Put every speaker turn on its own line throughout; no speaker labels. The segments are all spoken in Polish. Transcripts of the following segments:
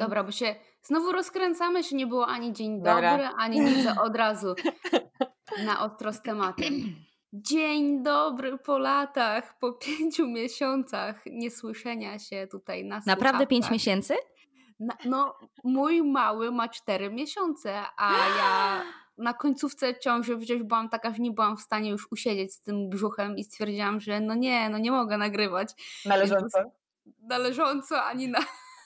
Dobra, bo się znowu rozkręcamy, się nie było ani dzień
Dobra.
dobry, ani nic, od razu na ostro z tematem. Dzień dobry po latach, po 5 miesiącach niesłyszenia się tutaj na
Naprawdę 5
słuchawkach.
miesięcy?
No, mój mały ma 4 miesiące, a ja na końcówce ciąży przecież byłam taka, że nie byłam w stanie już usiedzieć z tym brzuchem i stwierdziłam, że no nie mogę nagrywać. Na leżąco, ani na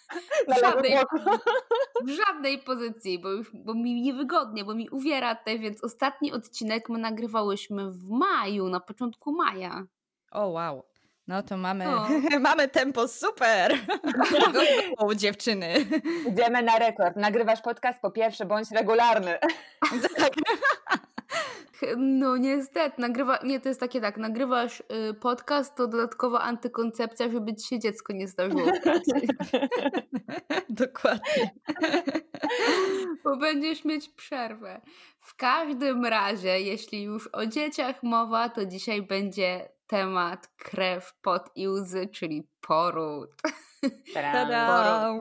w żadnej pozycji, bo mi niewygodnie, bo mi uwiera tutaj, więc ostatni odcinek my nagrywałyśmy w maju, na początku maja.
O wow. No to mamy tempo super. Go, dziewczyny.
Idziemy na rekord. Nagrywasz podcast, po pierwsze bądź regularny.
Tak.
No niestety, to jest takie tak, nagrywasz podcast, to dodatkowo antykoncepcja, żeby ci się dziecko nie zdarzyło w pracy.
Dokładnie.
Bo będziesz mieć przerwę. W każdym razie, jeśli już o dzieciach mowa, to dzisiaj będzie temat krew, pot i łzy, czyli poród.
Ta-dam!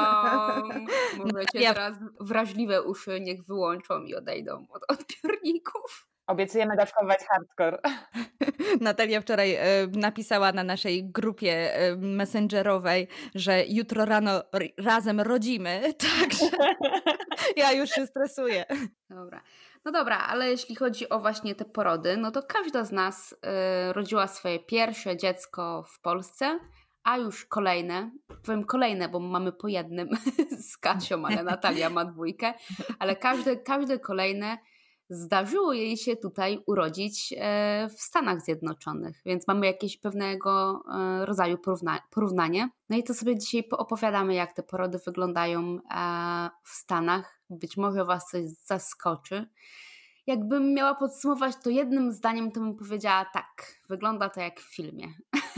Mówicie teraz wrażliwe uszy niech wyłączą i odejdą od odbiorników.
Obiecujemy dawkować hardcore.
Natalia wczoraj napisała na naszej grupie messengerowej, że jutro rano razem rodzimy, także ja już się stresuję.
No dobra, ale jeśli chodzi o właśnie te porody, no to każda z nas rodziła swoje pierwsze dziecko w Polsce, a już kolejne, powiem kolejne, bo mamy po jednym z Kasią, ale Natalia ma 2, ale każde kolejne zdarzyło jej się tutaj urodzić w Stanach Zjednoczonych, więc mamy jakieś pewnego rodzaju porównanie. No i to sobie dzisiaj poopowiadamy, jak te porody wyglądają w Stanach. Być może Was coś zaskoczy. Jakbym miała podsumować to jednym zdaniem, to bym powiedziała tak, wygląda to jak w filmie.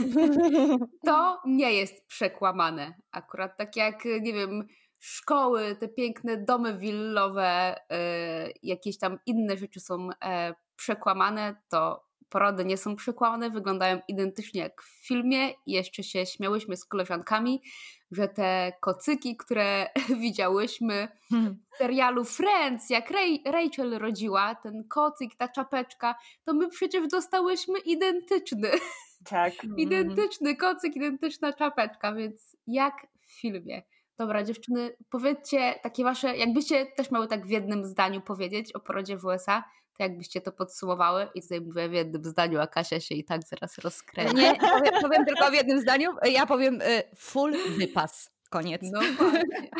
To nie jest przekłamane. Akurat tak jak, nie wiem, szkoły, te piękne domy willowe, jakieś tam inne rzeczy są przekłamane, to porody nie są przekłamane, wyglądają identycznie jak w filmie. I jeszcze się śmiałyśmy z koleżankami, że te kocyki, które widziałyśmy w serialu Friends, jak Rachel rodziła, ten kocyk, ta czapeczka, to my przecież dostałyśmy identyczny.
Tak.
Identyczny kocyk, identyczna czapeczka, więc jak w filmie. Dobra, dziewczyny, powiedzcie takie wasze, jakbyście też miały tak w jednym zdaniu powiedzieć o porodzie w USA, to jakbyście to podsumowały? I tutaj mówię w jednym zdaniu, a Kasia się i tak zaraz rozkręci.
Nie, powiem tylko w jednym zdaniu. Ja powiem full wypas. Koniec.
No właśnie.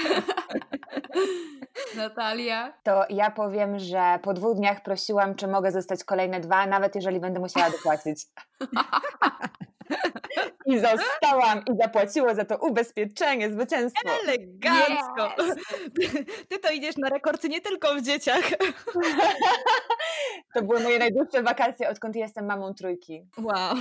Natalia?
To ja powiem, że po 2 dniach prosiłam, czy mogę zostać kolejne 2, nawet jeżeli będę musiała dopłacić. I zostałam i zapłaciło za to ubezpieczenie, zwycięstwo.
Elegancko. Ty to idziesz na rekord nie tylko w dzieciach.
To były moje najdłuższe wakacje, odkąd jestem mamą 3.
Wow.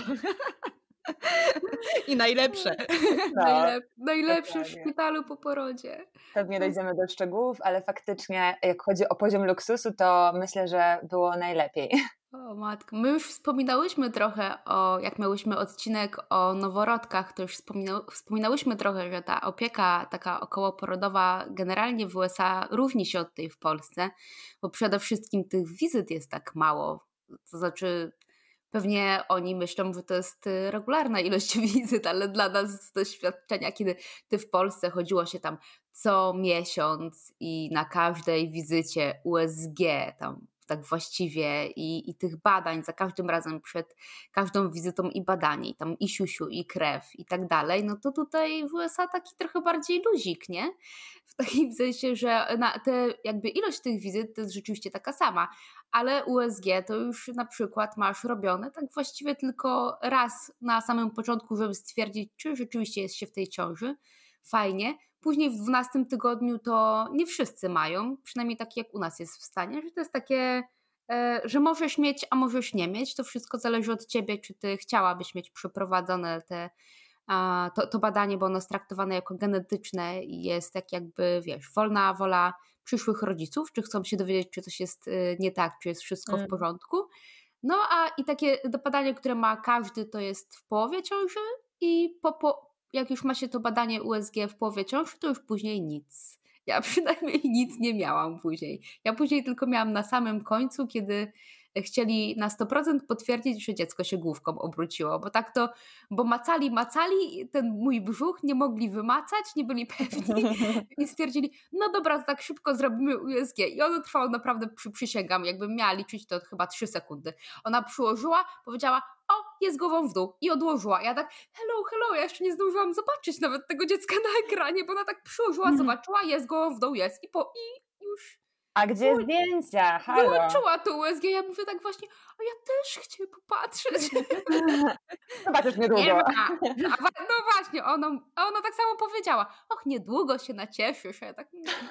I najlepsze.
No,
najlepsze w szpitalu po porodzie.
Pewnie dojdziemy do szczegółów, ale faktycznie jak chodzi o poziom luksusu, to myślę, że było najlepiej.
O matko, my już wspominałyśmy trochę jak miałyśmy odcinek o noworodkach, to już wspominałyśmy trochę, że ta opieka taka okołoporodowa generalnie w USA różni się od tej w Polsce, bo przede wszystkim tych wizyt jest tak mało, to znaczy pewnie oni myślą, że to jest regularna ilość wizyt, ale dla nas z doświadczenia, kiedy ty w Polsce chodziło się tam co miesiąc i na każdej wizycie USG tam tak właściwie i tych badań za każdym razem przed każdą wizytą i badanie, i tam i siusiu, i krew i tak dalej, no to tutaj w USA taki trochę bardziej luzik, nie? W takim sensie, że jakby ilość tych wizyt to jest rzeczywiście taka sama, ale USG to już na przykład masz robione tak właściwie tylko raz na samym początku, żeby stwierdzić, czy rzeczywiście jest się w tej ciąży. Fajnie. Później w 12 tygodniu to nie wszyscy mają, przynajmniej tak jak u nas jest w stanie, że to jest takie, że możesz mieć, a możesz nie mieć. To wszystko zależy od ciebie, czy ty chciałabyś mieć przeprowadzone to badanie, bo ono jest traktowane jako genetyczne i jest tak jakby, wiesz, wolna wola przyszłych rodziców, czy chcą się dowiedzieć, czy coś jest nie tak, czy jest wszystko w porządku. No i takie badanie, które ma każdy, to jest w połowie ciąży i jak już ma się to badanie USG w połowie ciąży, to już później nic. Ja przynajmniej nic nie miałam później. Ja później tylko miałam na samym końcu, kiedy chcieli na 100% potwierdzić, że dziecko się główką obróciło, bo tak to, bo macali ten mój brzuch, nie mogli wymacać, nie byli pewni i stwierdzili, no dobra, to tak szybko zrobimy USG i ono trwało naprawdę, przysięgam, jakbym miała liczyć, to chyba 3 sekundy. Ona przyłożyła, powiedziała, o, jest głową w dół i odłożyła. Ja tak, hello, ja jeszcze nie zdążyłam zobaczyć nawet tego dziecka na ekranie, bo ona tak przyłożyła, zobaczyła, jest głową w dół, jest i już.
A gdzie zdjęcia? Halo.
Wyłączyła to USG, ja mówię tak właśnie, a ja też chcę popatrzeć.
Zobaczysz niedługo.
Nie ma. No właśnie, ona tak samo powiedziała, och, niedługo się nacieszysz. Ja tak...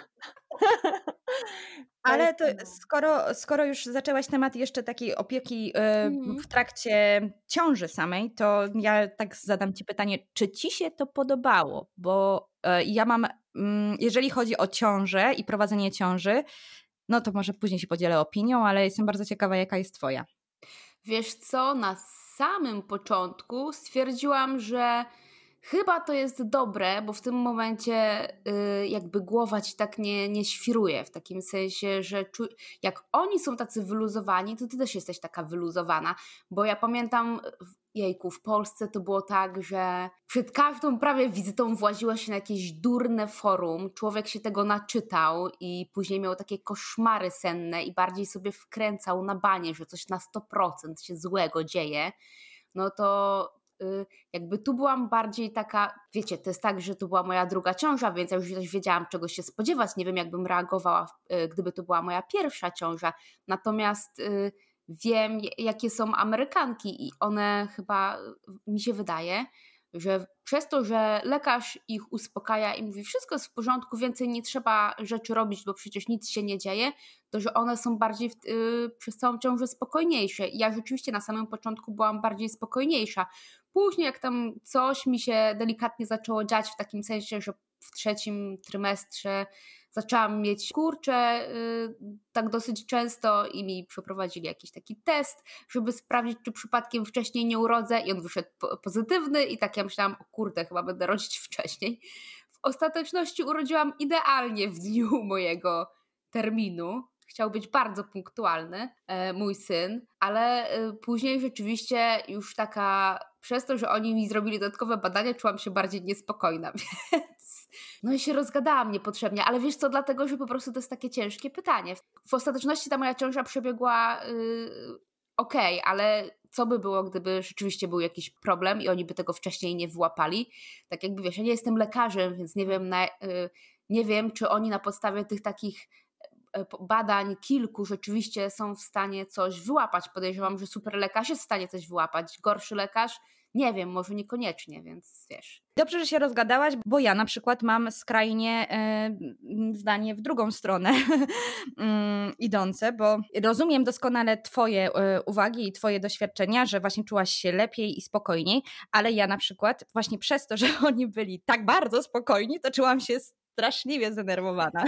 Ale to skoro już zaczęłaś temat jeszcze takiej opieki w trakcie ciąży samej, to ja tak zadam ci pytanie, czy ci się to podobało? Bo ja mam, jeżeli chodzi o ciążę i prowadzenie ciąży, no to może później się podzielę opinią, ale jestem bardzo ciekawa, jaka jest twoja.
Wiesz co, na samym początku stwierdziłam, że chyba to jest dobre, bo w tym momencie jakby głowa ci tak nie świruje, w takim sensie, że jak oni są tacy wyluzowani, to ty też jesteś taka wyluzowana, bo ja pamiętam, w Polsce to było tak, że przed każdą prawie wizytą właziła się na jakieś durne forum, człowiek się tego naczytał i później miał takie koszmary senne i bardziej sobie wkręcał na banie, że coś na 100% się złego dzieje, no to jakby tu byłam bardziej taka, wiecie, to jest tak, że to była moja druga ciąża, więc ja już wiedziałam, czego się spodziewać, nie wiem, jakbym reagowała, gdyby to była moja pierwsza ciąża, natomiast wiem, jakie są Amerykanki i one chyba, mi się wydaje, że przez to, że lekarz ich uspokaja i mówi, wszystko jest w porządku, więcej nie trzeba rzeczy robić, bo przecież nic się nie dzieje, to że one są bardziej przez całą ciążę spokojniejsze. I ja rzeczywiście na samym początku byłam bardziej spokojniejsza. Później jak tam coś mi się delikatnie zaczęło dziać w takim sensie, że w 3. trymestrze zaczęłam mieć kurcze tak dosyć często i mi przeprowadzili jakiś taki test, żeby sprawdzić, czy przypadkiem wcześniej nie urodzę i on wyszedł pozytywny i tak ja myślałam, o kurde, chyba będę rodzić wcześniej. W ostateczności urodziłam idealnie w dniu mojego terminu. Chciał być bardzo punktualny mój syn, ale później rzeczywiście już taka, przez to, że oni mi zrobili dodatkowe badania, czułam się bardziej niespokojna, więc no i się rozgadałam niepotrzebnie, ale wiesz co, dlatego, że po prostu to jest takie ciężkie pytanie. W ostateczności ta moja ciąża przebiegła okej, ale co by było, gdyby rzeczywiście był jakiś problem i oni by tego wcześniej nie wyłapali? Tak jakby wiesz, ja nie jestem lekarzem, więc nie wiem, czy oni na podstawie tych takich badań kilku rzeczywiście są w stanie coś wyłapać. Podejrzewam, że super lekarz jest w stanie coś wyłapać. Gorszy lekarz, nie wiem, może niekoniecznie, więc wiesz.
Dobrze, że się rozgadałaś, bo ja na przykład mam skrajnie zdanie w drugą stronę idące, bo rozumiem doskonale twoje uwagi i twoje doświadczenia, że właśnie czułaś się lepiej i spokojniej, ale ja na przykład właśnie przez to, że oni byli tak bardzo spokojni, to czułam się straszliwie zdenerwowana.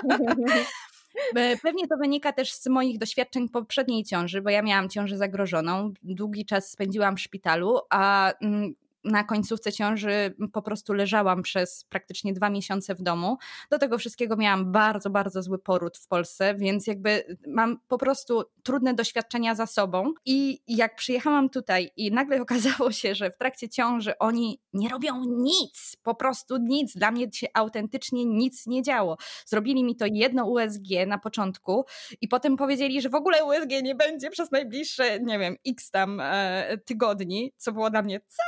Pewnie to wynika też z moich doświadczeń poprzedniej ciąży, bo ja miałam ciążę zagrożoną, długi czas spędziłam w szpitalu, a na końcówce ciąży po prostu leżałam przez praktycznie 2 miesiące w domu. Do tego wszystkiego miałam bardzo, bardzo zły poród w Polsce, więc jakby mam po prostu trudne doświadczenia za sobą i jak przyjechałam tutaj i nagle okazało się, że w trakcie ciąży oni nie robią nic, po prostu nic. Dla mnie się autentycznie nic nie działo. Zrobili mi to jedno USG na początku i potem powiedzieli, że w ogóle USG nie będzie przez najbliższe, nie wiem, x tam tygodni, co było dla mnie co?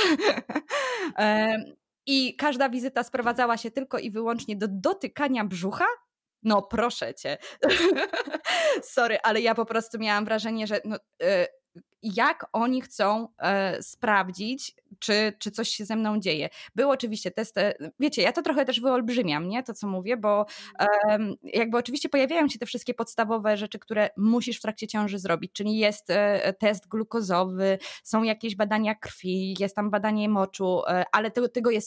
I każda wizyta sprowadzała się tylko i wyłącznie do dotykania brzucha? No proszę cię. Sorry, ale ja po prostu miałam wrażenie, że jak oni chcą sprawdzić, czy coś się ze mną dzieje. Był oczywiście test, wiecie, ja to trochę też wyolbrzymiam, nie? To co mówię, bo jakby oczywiście pojawiają się te wszystkie podstawowe rzeczy, które musisz w trakcie ciąży zrobić, czyli jest test glukozowy, są jakieś badania krwi, jest tam badanie moczu, ale tego jest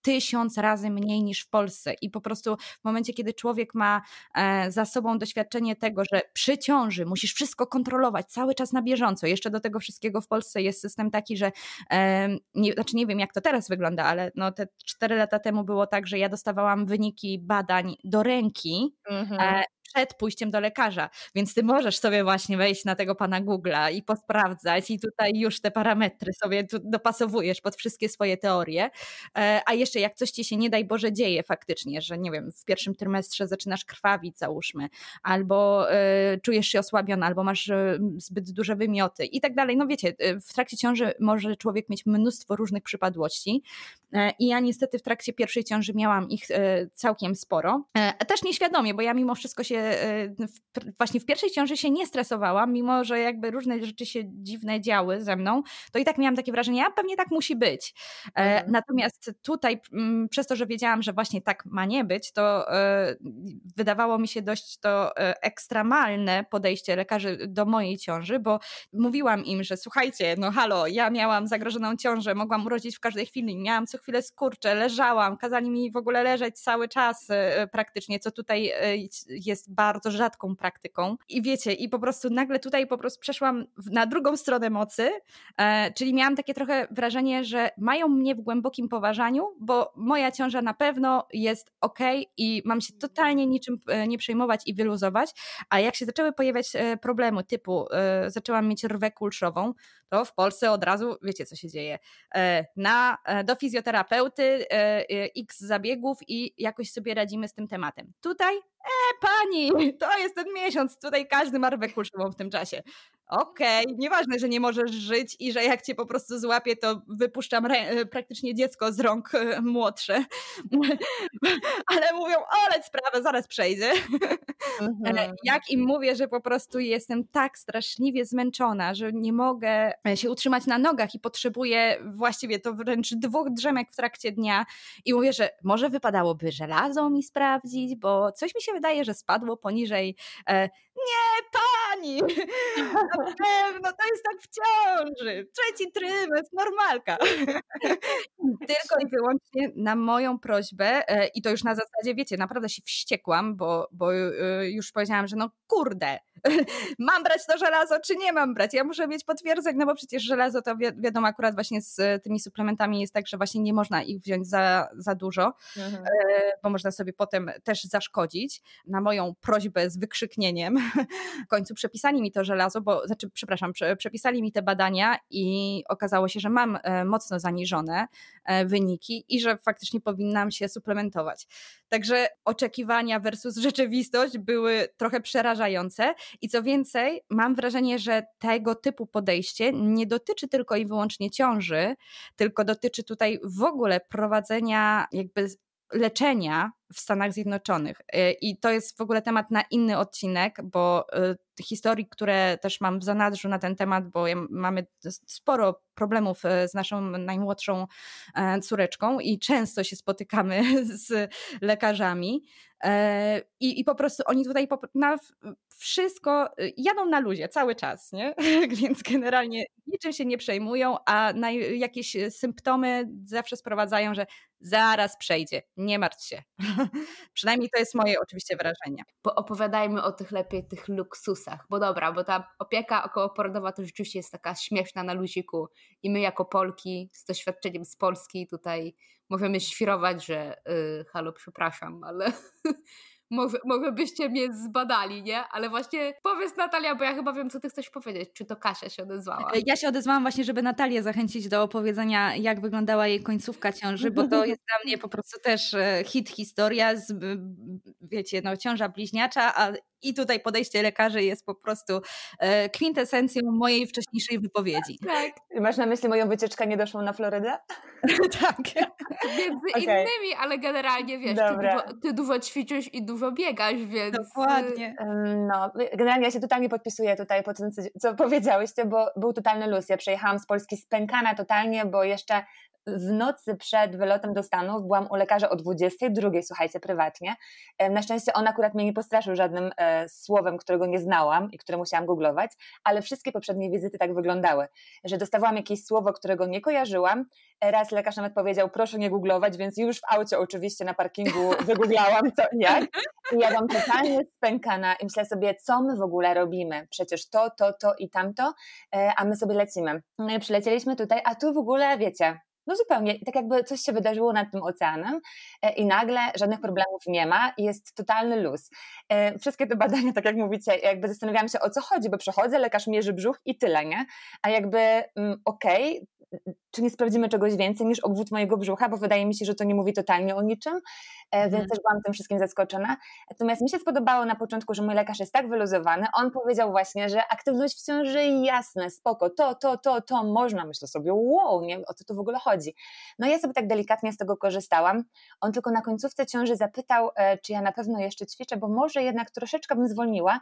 1000 razy mniej niż w Polsce i po prostu w momencie, kiedy człowiek ma za sobą doświadczenie tego, że przy ciąży musisz wszystko kontrolować cały czas na bieżąco, jeszcze do tego wszystkiego w Polsce jest system taki, że nie wiem jak to teraz wygląda, ale no te 4 lata temu było tak, że ja dostawałam wyniki badań do ręki przed pójściem do lekarza, więc ty możesz sobie właśnie wejść na tego pana Google'a i posprawdzać i tutaj już te parametry sobie tu dopasowujesz pod wszystkie swoje teorie, a jeszcze jak coś ci się nie daj Boże dzieje faktycznie, że nie wiem, w pierwszym trymestrze zaczynasz krwawić załóżmy, albo czujesz się osłabiona, albo masz zbyt duże wymioty i tak dalej, no wiecie, w trakcie ciąży może człowiek mieć mnóstwo różnych przypadłości i ja niestety w trakcie pierwszej ciąży miałam ich całkiem sporo, też nieświadomie, bo ja mimo wszystko się właśnie w pierwszej ciąży się nie stresowałam, mimo że jakby różne rzeczy się dziwne działy ze mną, to i tak miałam takie wrażenie, a pewnie tak musi być. Natomiast tutaj przez to, że wiedziałam, że właśnie tak ma nie być, to wydawało mi się dość to ekstremalne podejście lekarzy do mojej ciąży, bo mówiłam im, że słuchajcie, no halo, ja miałam zagrożoną ciążę, mogłam urodzić w każdej chwili, miałam co chwilę skurcze, leżałam, kazali mi w ogóle leżeć cały czas praktycznie, co tutaj jest bardzo rzadką praktyką i wiecie, i po prostu nagle tutaj po prostu przeszłam na drugą stronę mocy, czyli miałam takie trochę wrażenie, że mają mnie w głębokim poważaniu, bo moja ciąża na pewno jest okej i mam się totalnie niczym nie przejmować i wyluzować, a jak się zaczęły pojawiać problemy typu zaczęłam mieć rwę kulszową, to w Polsce od razu wiecie co się dzieje, do fizjoterapeuty, x zabiegów i jakoś sobie radzimy z tym tematem. Tutaj pani, to jest ten miesiąc, tutaj każdy ma rwę kulszową w tym czasie. Okej, nieważne, że nie możesz żyć i że jak cię po prostu złapię, to wypuszczam praktycznie dziecko z rąk młodsze. Ale mówią, oleć sprawę, zaraz przejdzie. Jak im mówię, że po prostu jestem tak straszliwie zmęczona, że nie mogę się utrzymać na nogach i potrzebuję właściwie to wręcz 2 drzemek w trakcie dnia i mówię, że może wypadałoby żelazo mi sprawdzić, bo coś mi się wydaje, że spadło poniżej. Nie, pani! Na pewno, to jest tak w ciąży. 3. trymestr, normalka. Tylko i wyłącznie na moją prośbę i to już na zasadzie, wiecie, naprawdę się wściekłam, bo już powiedziałam, że no kurde, mam brać to żelazo, czy nie mam brać? Ja muszę mieć potwierdzenie, no bo przecież żelazo to wiadomo akurat właśnie z tymi suplementami jest tak, że właśnie nie można ich wziąć za dużo, bo można sobie potem też zaszkodzić. Na moją prośbę z wykrzyknieniem w końcu przepisali mi to żelazo, przepisali mi te badania i okazało się, że mam mocno zaniżone wyniki i że faktycznie powinnam się suplementować. Także oczekiwania versus rzeczywistość były trochę przerażające i co więcej, mam wrażenie, że tego typu podejście nie dotyczy tylko i wyłącznie ciąży, tylko dotyczy tutaj w ogóle prowadzenia jakby leczenia w Stanach Zjednoczonych. I to jest w ogóle temat na inny odcinek, bo historii, które też mam w zanadrzu na ten temat, bo mamy sporo problemów z naszą najmłodszą córeczką i często się spotykamy z lekarzami i po prostu oni tutaj na wszystko jadą na luzie cały czas, nie? Więc generalnie niczym się nie przejmują, a na jakieś symptomy zawsze sprowadzają, że zaraz przejdzie, nie martw się. Przynajmniej to jest moje oczywiście wrażenie.
Bo opowiadajmy o tych luksusach, bo dobra, bo ta opieka okołoporodowa to rzeczywiście jest taka śmieszna na luziku i my jako Polki z doświadczeniem z Polski tutaj możemy świrować, że halo, przepraszam, ale może byście mnie zbadali, nie? Ale właśnie powiedz Natalia, bo ja chyba wiem, co ty chcesz powiedzieć. Czy to Kasia się odezwała?
Ja się odezwałam właśnie, żeby Natalię zachęcić do opowiedzenia, jak wyglądała jej końcówka ciąży, bo to jest dla mnie po prostu też hit historia, wiecie, no ciąża bliźniacza, i tutaj podejście lekarzy jest po prostu kwintesencją mojej wcześniejszej wypowiedzi.
Tak. Masz na myśli moją wycieczkę niedoszłą na Florydę?
Tak.
Między innymi, ale generalnie wiesz, ty dużo ćwiczysz i dużo biegasz, więc...
Dokładnie.
No, generalnie ja się totalnie podpisuję tutaj po tym, co powiedziałyście, bo był totalny luz. Ja przyjechałam z Polski spękana totalnie, bo jeszcze w nocy przed wylotem do Stanów byłam u lekarza o 22, słuchajcie, prywatnie. Na szczęście on akurat mnie nie postraszył żadnym słowem, którego nie znałam i które musiałam googlować, ale wszystkie poprzednie wizyty tak wyglądały, że dostawałam jakieś słowo, którego nie kojarzyłam. Raz lekarz nawet powiedział, proszę nie googlować, więc już w aucie oczywiście na parkingu wygooglałam co i jak. I ja byłam totalnie spękana i myślę sobie, co my w ogóle robimy? Przecież to i tamto, a my sobie lecimy. No i przylecieliśmy tutaj, a tu w ogóle, wiecie, no zupełnie, tak jakby coś się wydarzyło nad tym oceanem i nagle żadnych problemów nie ma i jest totalny luz. Wszystkie te badania, tak jak mówicie, jakby zastanawiałam się, o co chodzi, bo przychodzę, lekarz mierzy brzuch i tyle, nie? A jakby okej, czy nie sprawdzimy czegoś więcej niż obwód mojego brzucha, bo wydaje mi się, że to nie mówi totalnie o niczym, więc też byłam tym wszystkim zaskoczona. Natomiast mi się spodobało na początku, że mój lekarz jest tak wyluzowany, on powiedział właśnie, że aktywność w ciąży, jasne, spoko, to można, myślę sobie, wow, nie, o co tu w ogóle chodzi. No ja sobie tak delikatnie z tego korzystałam, on tylko na końcówce ciąży zapytał, czy ja na pewno jeszcze ćwiczę, bo może jednak troszeczkę bym zwolniła,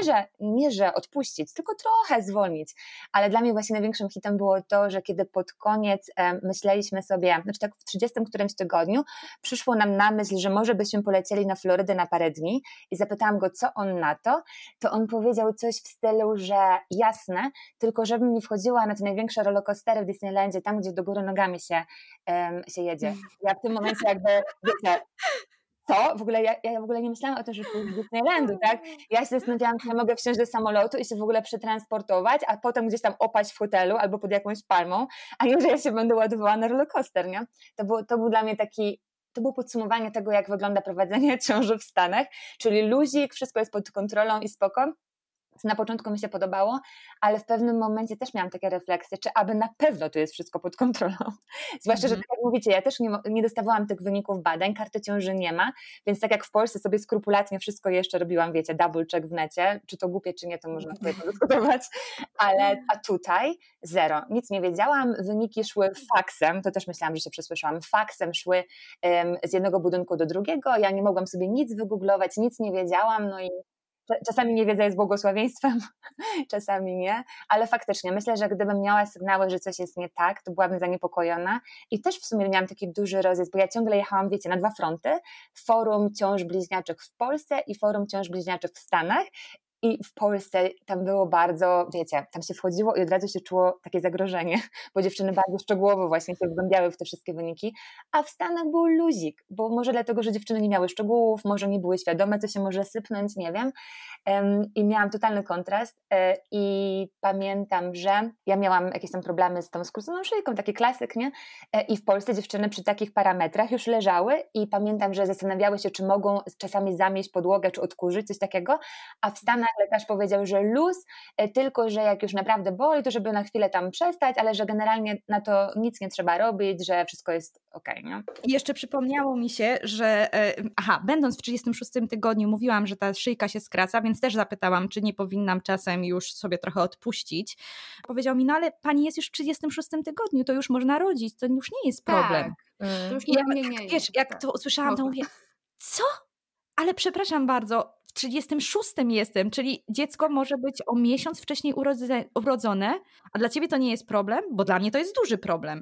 nie że odpuścić, tylko trochę zwolnić, ale dla mnie właśnie największym hitem było to, że kiedy pod koniec myśleliśmy sobie, znaczy tak w 30 którymś tygodniu przyszło nam na myśl, że może byśmy polecieli na Florydę na parę dni i zapytałam go, co on na to on powiedział coś w stylu, że jasne, tylko żebym nie wchodziła na te największe rollercoastery w Disneylandzie, tam gdzie do góry nogami się jedzie. Ja w tym momencie jakby, wiecie, co? W ogóle ja w ogóle nie myślałam o tym, że pójść do Disneylandu, tak? Ja się zastanawiałam, czy ja mogę wsiąść do samolotu i się w ogóle przetransportować, a potem gdzieś tam opaść w hotelu albo pod jakąś palmą, a nie, że ja się będę ładowała na rollercoaster, nie? To był dla mnie to było podsumowanie tego, jak wygląda prowadzenie ciąży w Stanach, czyli luzik, wszystko jest pod kontrolą i spoko. Co na początku mi się podobało, ale w pewnym momencie też miałam takie refleksje, czy aby na pewno to jest wszystko pod kontrolą. Zwłaszcza, że tak jak mówicie, ja też nie dostawałam tych wyników badań, karty ciąży nie ma, więc tak jak w Polsce sobie skrupulatnie wszystko jeszcze robiłam, wiecie, double check w necie, czy to głupie, czy nie, to można sobie podyskutować, a tutaj zero. Nic nie wiedziałam, wyniki szły faksem, to też myślałam, że się przesłyszałam, faksem szły z jednego budynku do drugiego, ja nie mogłam sobie nic wygooglować, nic nie wiedziałam, no i czasami niewiedza jest błogosławieństwem, czasami nie, ale faktycznie myślę, że gdybym miała sygnały, że coś jest nie tak, to byłabym zaniepokojona i też w sumie miałam taki duży rozjazd, bo ja ciągle jechałam, wiecie, na 2 fronty, forum ciąż bliźniaczych w Polsce i forum ciąż bliźniaczych w Stanach. I w Polsce tam było bardzo, wiecie, tam się wchodziło i od razu się czuło takie zagrożenie, bo dziewczyny bardzo szczegółowo właśnie się wgłębiały w te wszystkie wyniki, a w Stanach był luzik, bo może dlatego, że dziewczyny nie miały szczegółów, może nie były świadome, co się może sypnąć, nie wiem. I miałam totalny kontrast i pamiętam, że ja miałam jakieś tam problemy z tą skróconą szyjką, taki klasyk, nie? I w Polsce dziewczyny przy takich parametrach już leżały i pamiętam, że zastanawiały się, czy mogą czasami zamieść podłogę, czy odkurzyć, coś takiego, a w Stanach lekarz powiedział, że luz, tylko że jak już naprawdę boli, to żeby na chwilę tam przestać, ale że generalnie na to nic nie trzeba robić, że wszystko jest okej, nie?
I jeszcze przypomniało mi się, że będąc w 36 tygodniu mówiłam, że ta szyjka się skraca, więc też zapytałam, czy nie powinnam czasem już sobie trochę odpuścić. Powiedział mi, no ale pani jest już w 36 tygodniu, to już można rodzić, to już nie jest problem.
Tak, to już
nie jest. Jak to usłyszałam, to mówię, co? Ale przepraszam bardzo, w 36 jestem, czyli dziecko może być o miesiąc wcześniej urodzone, a dla ciebie to nie jest problem, bo dla mnie to jest duży problem.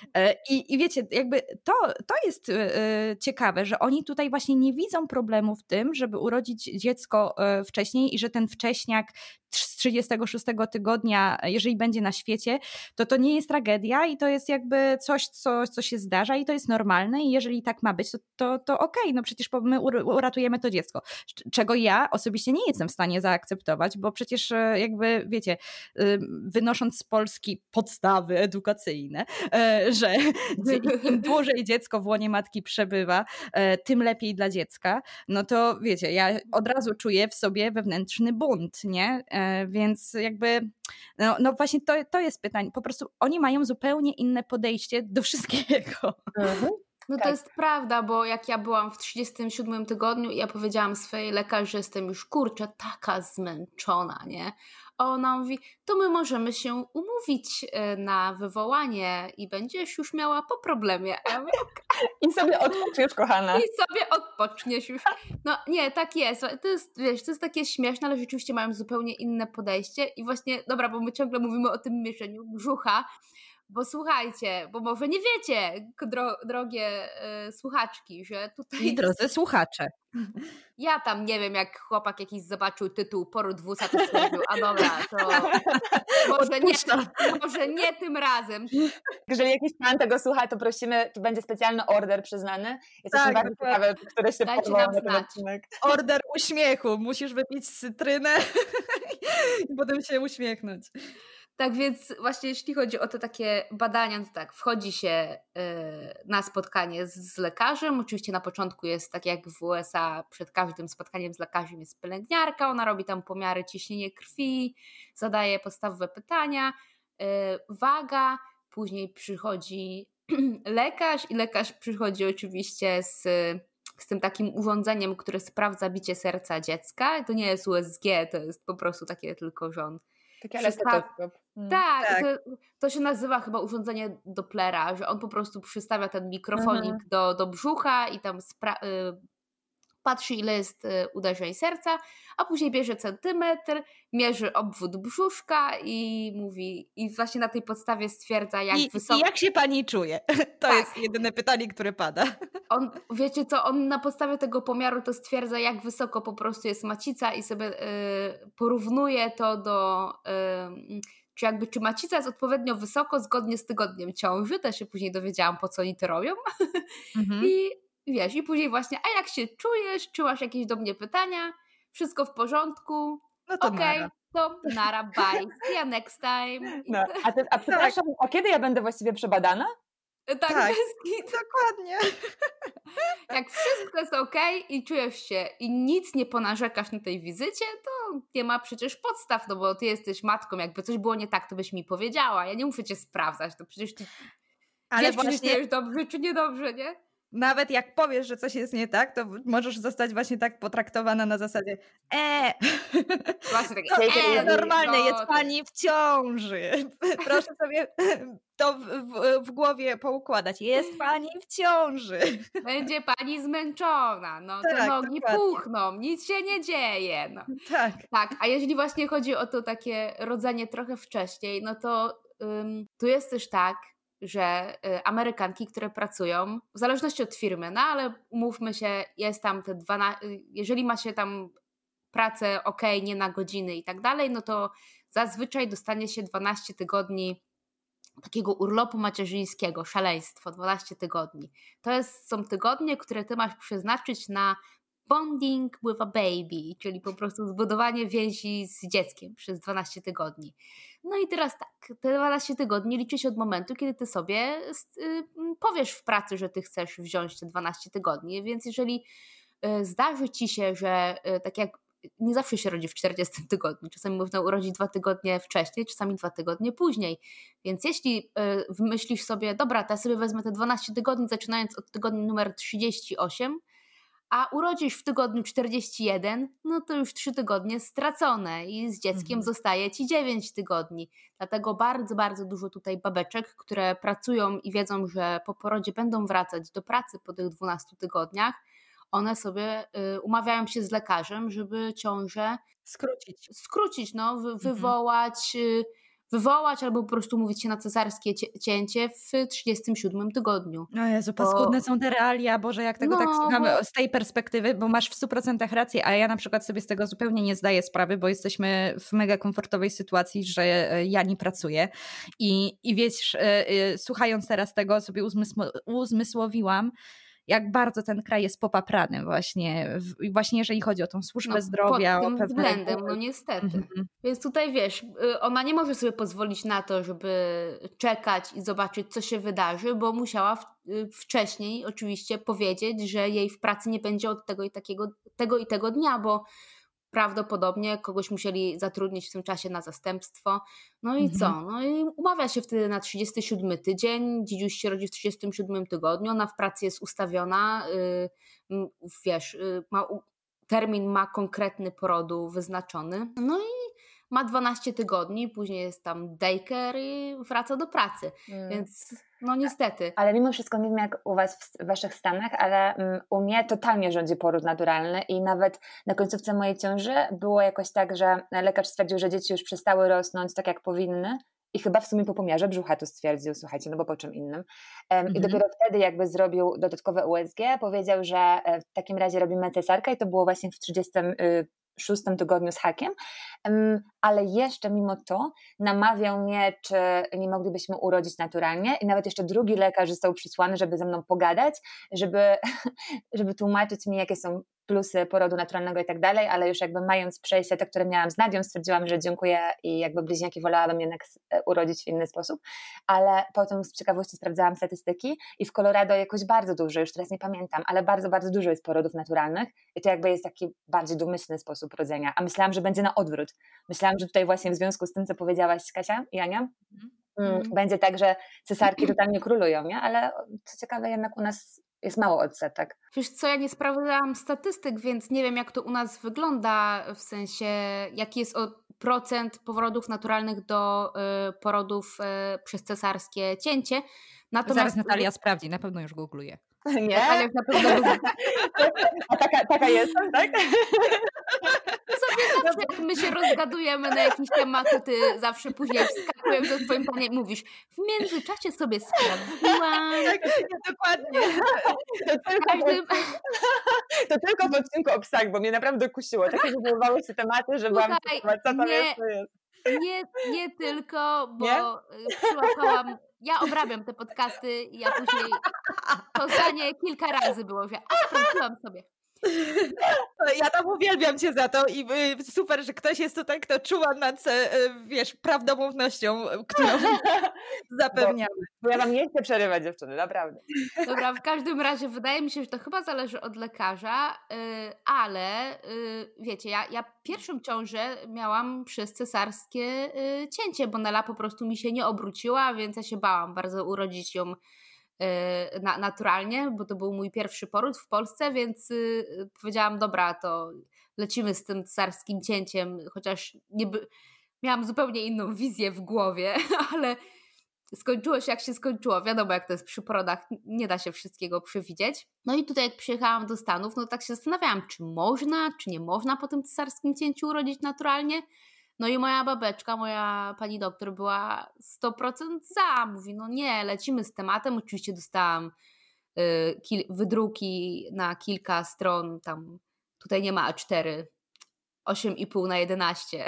I wiecie, jakby to jest ciekawe, że oni tutaj właśnie nie widzą problemu w tym, żeby urodzić dziecko wcześniej i że ten wcześniak z 36 tygodnia, jeżeli będzie na świecie, to nie jest tragedia i to jest jakby coś, co się zdarza i to jest normalne i jeżeli tak ma być, to okej, no przecież my uratujemy to dziecko. Czego ja osobiście nie jestem w stanie zaakceptować, bo przecież jakby wiecie, wynosząc z Polski podstawy edukacyjne, że im dłużej dziecko w łonie matki przebywa, tym lepiej dla dziecka, no to wiecie, ja od razu czuję w sobie wewnętrzny bunt, nie? Więc jakby no właśnie to jest pytanie, po prostu oni mają zupełnie inne podejście do wszystkiego.
No to jest prawda, bo jak ja byłam w 37 tygodniu i ja powiedziałam swojej lekarz, że jestem już kurczę taka zmęczona, nie? A ona mówi, to my możemy się umówić na wywołanie i będziesz już miała po problemie. Ja mówię,
I sobie odpoczniesz, kochana.
I sobie odpoczniesz już. No nie, tak jest. To jest, wiesz, to jest takie śmieszne, ale rzeczywiście mają zupełnie inne podejście i właśnie, dobra, bo my ciągle mówimy o tym mieszaniu brzucha, Bo słuchajcie, bo może nie wiecie, drogie słuchaczki, że tutaj...
I drodzy słuchacze.
Ja tam nie wiem, jak chłopak jakiś zobaczył tytuł Poród wózka, to stwierdził, a dobra, to może nie tym razem.
Jeżeli jakiś pan tego słucha, to prosimy, tu będzie specjalny order przyznany. Jesteśmy bardzo ciekawe, które się podobało na ten odcinek.
Order uśmiechu. Musisz wypić cytrynę i potem się uśmiechnąć.
Tak więc właśnie jeśli chodzi o te takie badania, to tak, wchodzi się na spotkanie z lekarzem. Oczywiście na początku jest tak jak w USA, przed każdym spotkaniem z lekarzem jest pielęgniarka, ona robi tam pomiary ciśnienia krwi, zadaje podstawowe pytania, waga, później przychodzi lekarz i lekarz przychodzi oczywiście z tym takim urządzeniem, które sprawdza bicie serca dziecka. To nie jest USG, to jest po prostu takie tylko, że on Tak, to się nazywa chyba urządzenie Dopplera, że on po prostu przystawia ten mikrofonik do brzucha i tam patrzy, ile jest uderzeń serca, a później bierze centymetr, mierzy obwód brzuszka i mówi, i właśnie na tej podstawie stwierdza, jak wysoko...
I jak się pani czuje? To jest jedyne pytanie, które pada.
Wiecie co, on na podstawie tego pomiaru to stwierdza, jak wysoko po prostu jest macica i sobie porównuje to do... czy macica jest odpowiednio wysoko zgodnie z tygodniem ciąży, też się później dowiedziałam, po co oni to robią. I wiesz, i później właśnie, a jak się czujesz, czy masz jakieś do mnie pytania, wszystko w porządku,
no to nara.
To nara, bye, see you next time.
No, a przepraszam, a kiedy ja będę właściwie przebadana?
Tak,
dokładnie.
Jak wszystko jest okej i czujesz się i nic nie ponarzekasz na tej wizycie, to nie ma przecież podstaw, no bo ty jesteś matką, jakby coś było nie tak, to byś mi powiedziała. Ja nie muszę cię sprawdzać, to przecież ty wiesz, czy czujesz dobrze, czy niedobrze, nie?
Nawet jak powiesz, że coś jest nie tak, to możesz zostać właśnie tak potraktowana na zasadzie
Właśnie
takie, normalne, jest pani w ciąży. Proszę sobie to w głowie poukładać. Jest pani w ciąży.
Będzie pani zmęczona, no te nogi puchną, nic się nie dzieje. No. Tak, a jeżeli właśnie chodzi o to takie rodzenie trochę wcześniej, no to tu jest też tak, że Amerykanki, które pracują, w zależności od firmy, no ale umówmy się, jest tam te 12, jeżeli ma się tam pracę nie na godziny i tak dalej, no to zazwyczaj dostanie się 12 tygodni takiego urlopu macierzyńskiego, szaleństwo, 12 tygodni. To są tygodnie, które ty masz przeznaczyć na bonding with a baby, czyli po prostu zbudowanie więzi z dzieckiem przez 12 tygodni. No i teraz tak, te 12 tygodni liczy się od momentu, kiedy ty sobie powiesz w pracy, że ty chcesz wziąć te 12 tygodni, więc jeżeli zdarzy ci się, że tak jak nie zawsze się rodzi w 40 tygodniu, czasami można urodzić 2 tygodnie wcześniej, czasami 2 tygodnie później, więc jeśli wymyślisz sobie, dobra, to ja sobie wezmę te 12 tygodni, zaczynając od tygodnia numer 38, a urodzisz w tygodniu 41, no to już 3 tygodnie stracone i z dzieckiem zostaje ci 9 tygodni. Dlatego bardzo, bardzo dużo tutaj babeczek, które pracują i wiedzą, że po porodzie będą wracać do pracy po tych 12 tygodniach, one sobie umawiają się z lekarzem, żeby ciążę skrócić, no, wywołać albo po prostu mówić się na cesarskie cięcie w 37 tygodniu.
No Jezu, paskudne są te realia, Boże, jak tego tak słuchamy z tej perspektywy, bo masz w 100% rację, a ja na przykład sobie z tego zupełnie nie zdaję sprawy, bo jesteśmy w mega komfortowej sytuacji, że ja nie pracuję i wiesz, słuchając teraz tego sobie uzmysłowiłam, jak bardzo ten kraj jest popaprany właśnie jeżeli chodzi o tą służbę zdrowia.
Pod tym względem, no niestety. Więc tutaj wiesz, ona nie może sobie pozwolić na to, żeby czekać i zobaczyć, co się wydarzy, bo musiała wcześniej oczywiście powiedzieć, że jej w pracy nie będzie od tego i tego dnia, bo prawdopodobnie kogoś musieli zatrudnić w tym czasie na zastępstwo. No i co? No i umawia się wtedy na 37 tydzień, dzidziuś się rodzi w 37 tygodniu, ona w pracy jest ustawiona, wiesz, termin ma konkretny porodu wyznaczony, no i ma 12 tygodni, później jest tam daycare i wraca do pracy, więc no niestety.
Ale mimo wszystko, nie wiem jak u was w waszych stanach, ale u mnie totalnie rządzi poród naturalny i nawet na końcówce mojej ciąży było jakoś tak, że lekarz stwierdził, że dzieci już przestały rosnąć tak jak powinny i chyba w sumie po pomiarze brzucha to stwierdził, słuchajcie, no bo po czym innym. I dopiero wtedy jakby zrobił dodatkowe USG, powiedział, że w takim razie robimy cesarkę i to było właśnie w 36 tygodniu z hakiem, ale jeszcze mimo to namawiał mnie, czy nie moglibyśmy urodzić naturalnie i nawet jeszcze drugi lekarz został przysłany, żeby ze mną pogadać, żeby tłumaczyć mi, jakie są plusy porodu naturalnego i tak dalej, ale już jakby mając przejście te, które miałam z Nadią, stwierdziłam, że dziękuję i jakby bliźniaki wolałabym jednak urodzić w inny sposób, ale potem z ciekawości sprawdzałam statystyki i w Colorado jakoś bardzo dużo, już teraz nie pamiętam, ale bardzo, bardzo dużo jest porodów naturalnych i to jakby jest taki bardziej domyślny sposób rodzenia, a myślałam, że będzie na odwrót. Myślałam, że tutaj właśnie w związku z tym, co powiedziałaś Kasia i Ania, będzie tak, że cesarki totalnie królują, nie? Ale co ciekawe, jednak u nas jest mało odsetek.
Wiesz co, ja nie sprawdzałam statystyk, więc nie wiem, jak to u nas wygląda, w sensie jaki jest procent porodów naturalnych do porodów przez cesarskie cięcie. Natomiast
Zaraz Natalia sprawdzi, na pewno już googluje.
Nie?
Natalia na pewno
A taka jestem, tak?
Sobie zawsze, jak my się rozgadujemy na jakiś temat, to ty zawsze później wskakujesz do swoim panie i mówisz, w międzyczasie sobie sprawdziłam.
Tak, dokładnie.
To tylko w odcinku o psach, bo mnie naprawdę kusiło. Takie wywoływały się tematy, że byłam ciekawa, co tam jest.
Nie tylko, bo przyłapałam, ja obrabiam te podcasty i ja później to zdanie kilka razy było, że sprawdziłam sobie.
Ja tam uwielbiam cię za to i super, że ktoś jest tutaj, kto czuwa nad, wiesz, prawdomównością, którą zapewniamy.
Bo ja wam nie chcę przerywać, dziewczyny, naprawdę.
Dobra, w każdym razie wydaje mi się, że to chyba zależy od lekarza, ale wiecie, ja pierwszą ciążę miałam przez cesarskie cięcie, bo Nela po prostu mi się nie obróciła, więc ja się bałam bardzo urodzić ją naturalnie, bo to był mój pierwszy poród w Polsce, więc powiedziałam, dobra, to lecimy z tym cesarskim cięciem, chociaż miałam zupełnie inną wizję w głowie, ale skończyło się jak się skończyło. Wiadomo, jak to jest przy porodach, nie da się wszystkiego przewidzieć. No i tutaj jak przyjechałam do Stanów, no tak się zastanawiałam, czy można, czy nie można po tym cesarskim cięciu urodzić naturalnie. No i moja babeczka, moja pani doktor była 100% za. Mówi, no nie, lecimy z tematem. Oczywiście dostałam wydruki na kilka stron, tam tutaj nie ma A4, 8,5 na 11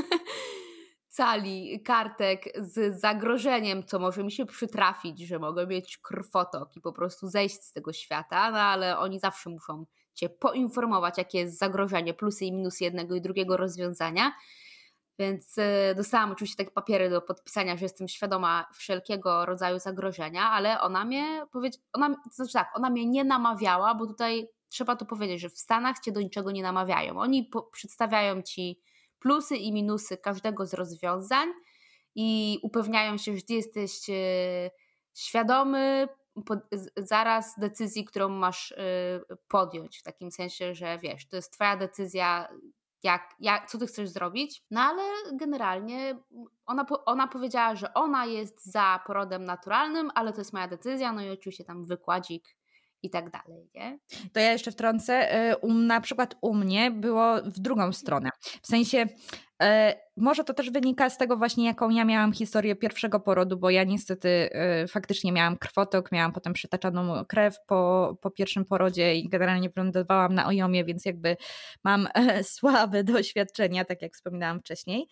cali kartek z zagrożeniem, co może mi się przytrafić, że mogę mieć krwotok i po prostu zejść z tego świata, no ale oni zawsze muszą cię poinformować, jakie jest zagrożenie, plusy i minusy jednego i drugiego rozwiązania. Więc dostałam oczywiście takie papiery do podpisania, że jestem świadoma wszelkiego rodzaju zagrożenia, ale ona mnie nie namawiała, bo tutaj trzeba to powiedzieć, że w Stanach cię do niczego nie namawiają. Oni przedstawiają ci plusy i minusy każdego z rozwiązań i upewniają się, że ty jesteś świadomy zaraz decyzji, którą masz podjąć, w takim sensie, że wiesz, to jest twoja decyzja, co ty chcesz zrobić, no ale generalnie ona powiedziała, że ona jest za porodem naturalnym, ale to jest moja decyzja, no i oczywiście tam wykładzik i tak dalej, nie?
To ja jeszcze wtrącę, na przykład u mnie było w drugą stronę, w sensie może to też wynika z tego właśnie, jaką ja miałam historię pierwszego porodu, bo ja niestety faktycznie miałam krwotok, miałam potem przytaczaną krew po pierwszym porodzie i generalnie wylądowałam na ojomie, więc jakby mam słabe doświadczenia, tak jak wspominałam wcześniej.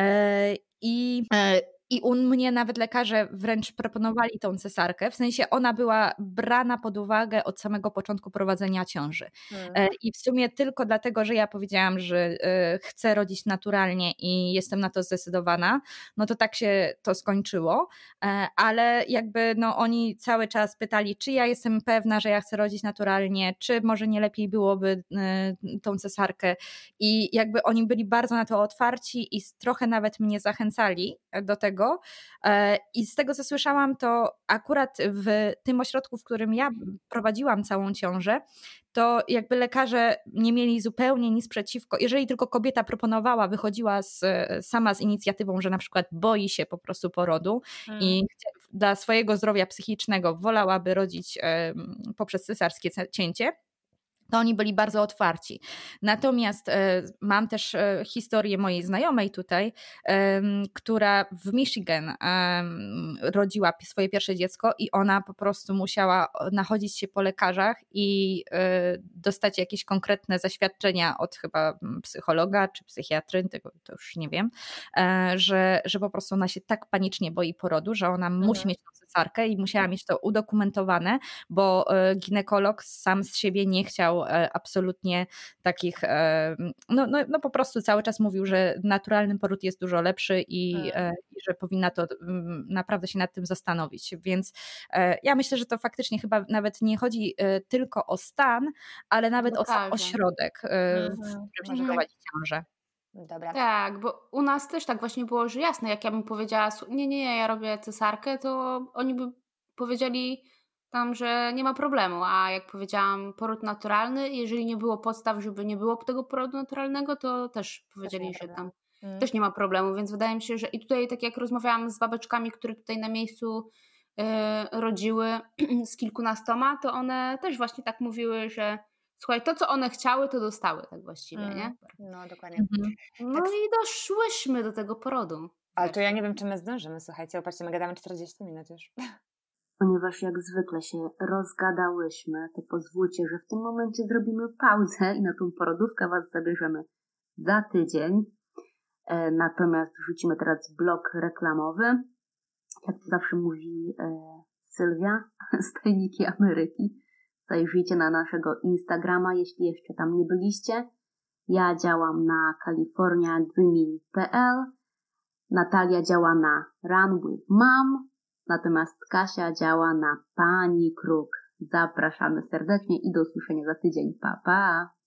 I u mnie nawet lekarze wręcz proponowali tą cesarkę, w sensie ona była brana pod uwagę od samego początku prowadzenia ciąży. I w sumie tylko dlatego, że ja powiedziałam, że chcę rodzić naturalnie i jestem na to zdecydowana, no to tak się to skończyło, ale jakby no oni cały czas pytali, czy ja jestem pewna, że ja chcę rodzić naturalnie, czy może nie lepiej byłoby tą cesarkę i jakby oni byli bardzo na to otwarci i trochę nawet mnie zachęcali do tego. I z tego, co słyszałam, to akurat w tym ośrodku, w którym ja prowadziłam całą ciążę, to jakby lekarze nie mieli zupełnie nic przeciwko, jeżeli tylko kobieta proponowała, wychodziła sama z inicjatywą, że na przykład boi się po prostu porodu i dla swojego zdrowia psychicznego wolałaby rodzić poprzez cesarskie cięcie, to oni byli bardzo otwarci. Natomiast mam też historię mojej znajomej tutaj, która w Michigan rodziła swoje pierwsze dziecko i ona po prostu musiała nachodzić się po lekarzach i dostać jakieś konkretne zaświadczenia od chyba psychologa czy psychiatry, tego to już nie wiem, że po prostu ona się tak panicznie boi porodu, że ona musi mieć tą cesarkę i musiała mieć to udokumentowane, bo ginekolog sam z siebie nie chciał absolutnie takich, no po prostu cały czas mówił, że naturalny poród jest dużo lepszy i że powinna to naprawdę się nad tym zastanowić. Więc ja myślę, że to faktycznie chyba nawet nie chodzi tylko o stan, ale nawet o sam ośrodek, w którym się prowadzi ciążę.
Dobra.
Tak, bo u nas też tak właśnie było, że jasne, jak ja bym powiedziała, nie, ja robię cesarkę, to oni by powiedzieli tam, że nie ma problemu, a jak powiedziałam poród naturalny, jeżeli nie było podstaw, żeby nie było tego porodu naturalnego, to też powiedzieli, że tam też nie ma problemu, więc wydaje mi się, że i tutaj tak jak rozmawiałam z babeczkami, które tutaj na miejscu rodziły z kilkunastoma, to one też właśnie tak mówiły, że słuchaj, to co one chciały, to dostały tak właściwie, nie?
No dokładnie.
No i doszłyśmy do tego porodu.
Ale to ja nie wiem, czy my zdążymy, słuchajcie, opatrzcie, my gadamy 40 minut już.
Ponieważ jak zwykle się rozgadałyśmy, to pozwólcie, że w tym momencie zrobimy pauzę i na tą porodówkę Was zabierzemy za tydzień. Natomiast wrzucimy teraz blok reklamowy. Jak to zawsze mówi Sylwia z Tajniki Ameryki. Zajrzyjcie na naszego Instagrama, jeśli jeszcze tam nie byliście. Ja działam na californiadreaming.pl. Natalia działa na Run with Mom. Natomiast Kasia działa na Pani Kruk. Zapraszamy serdecznie i do usłyszenia za tydzień. Pa, pa!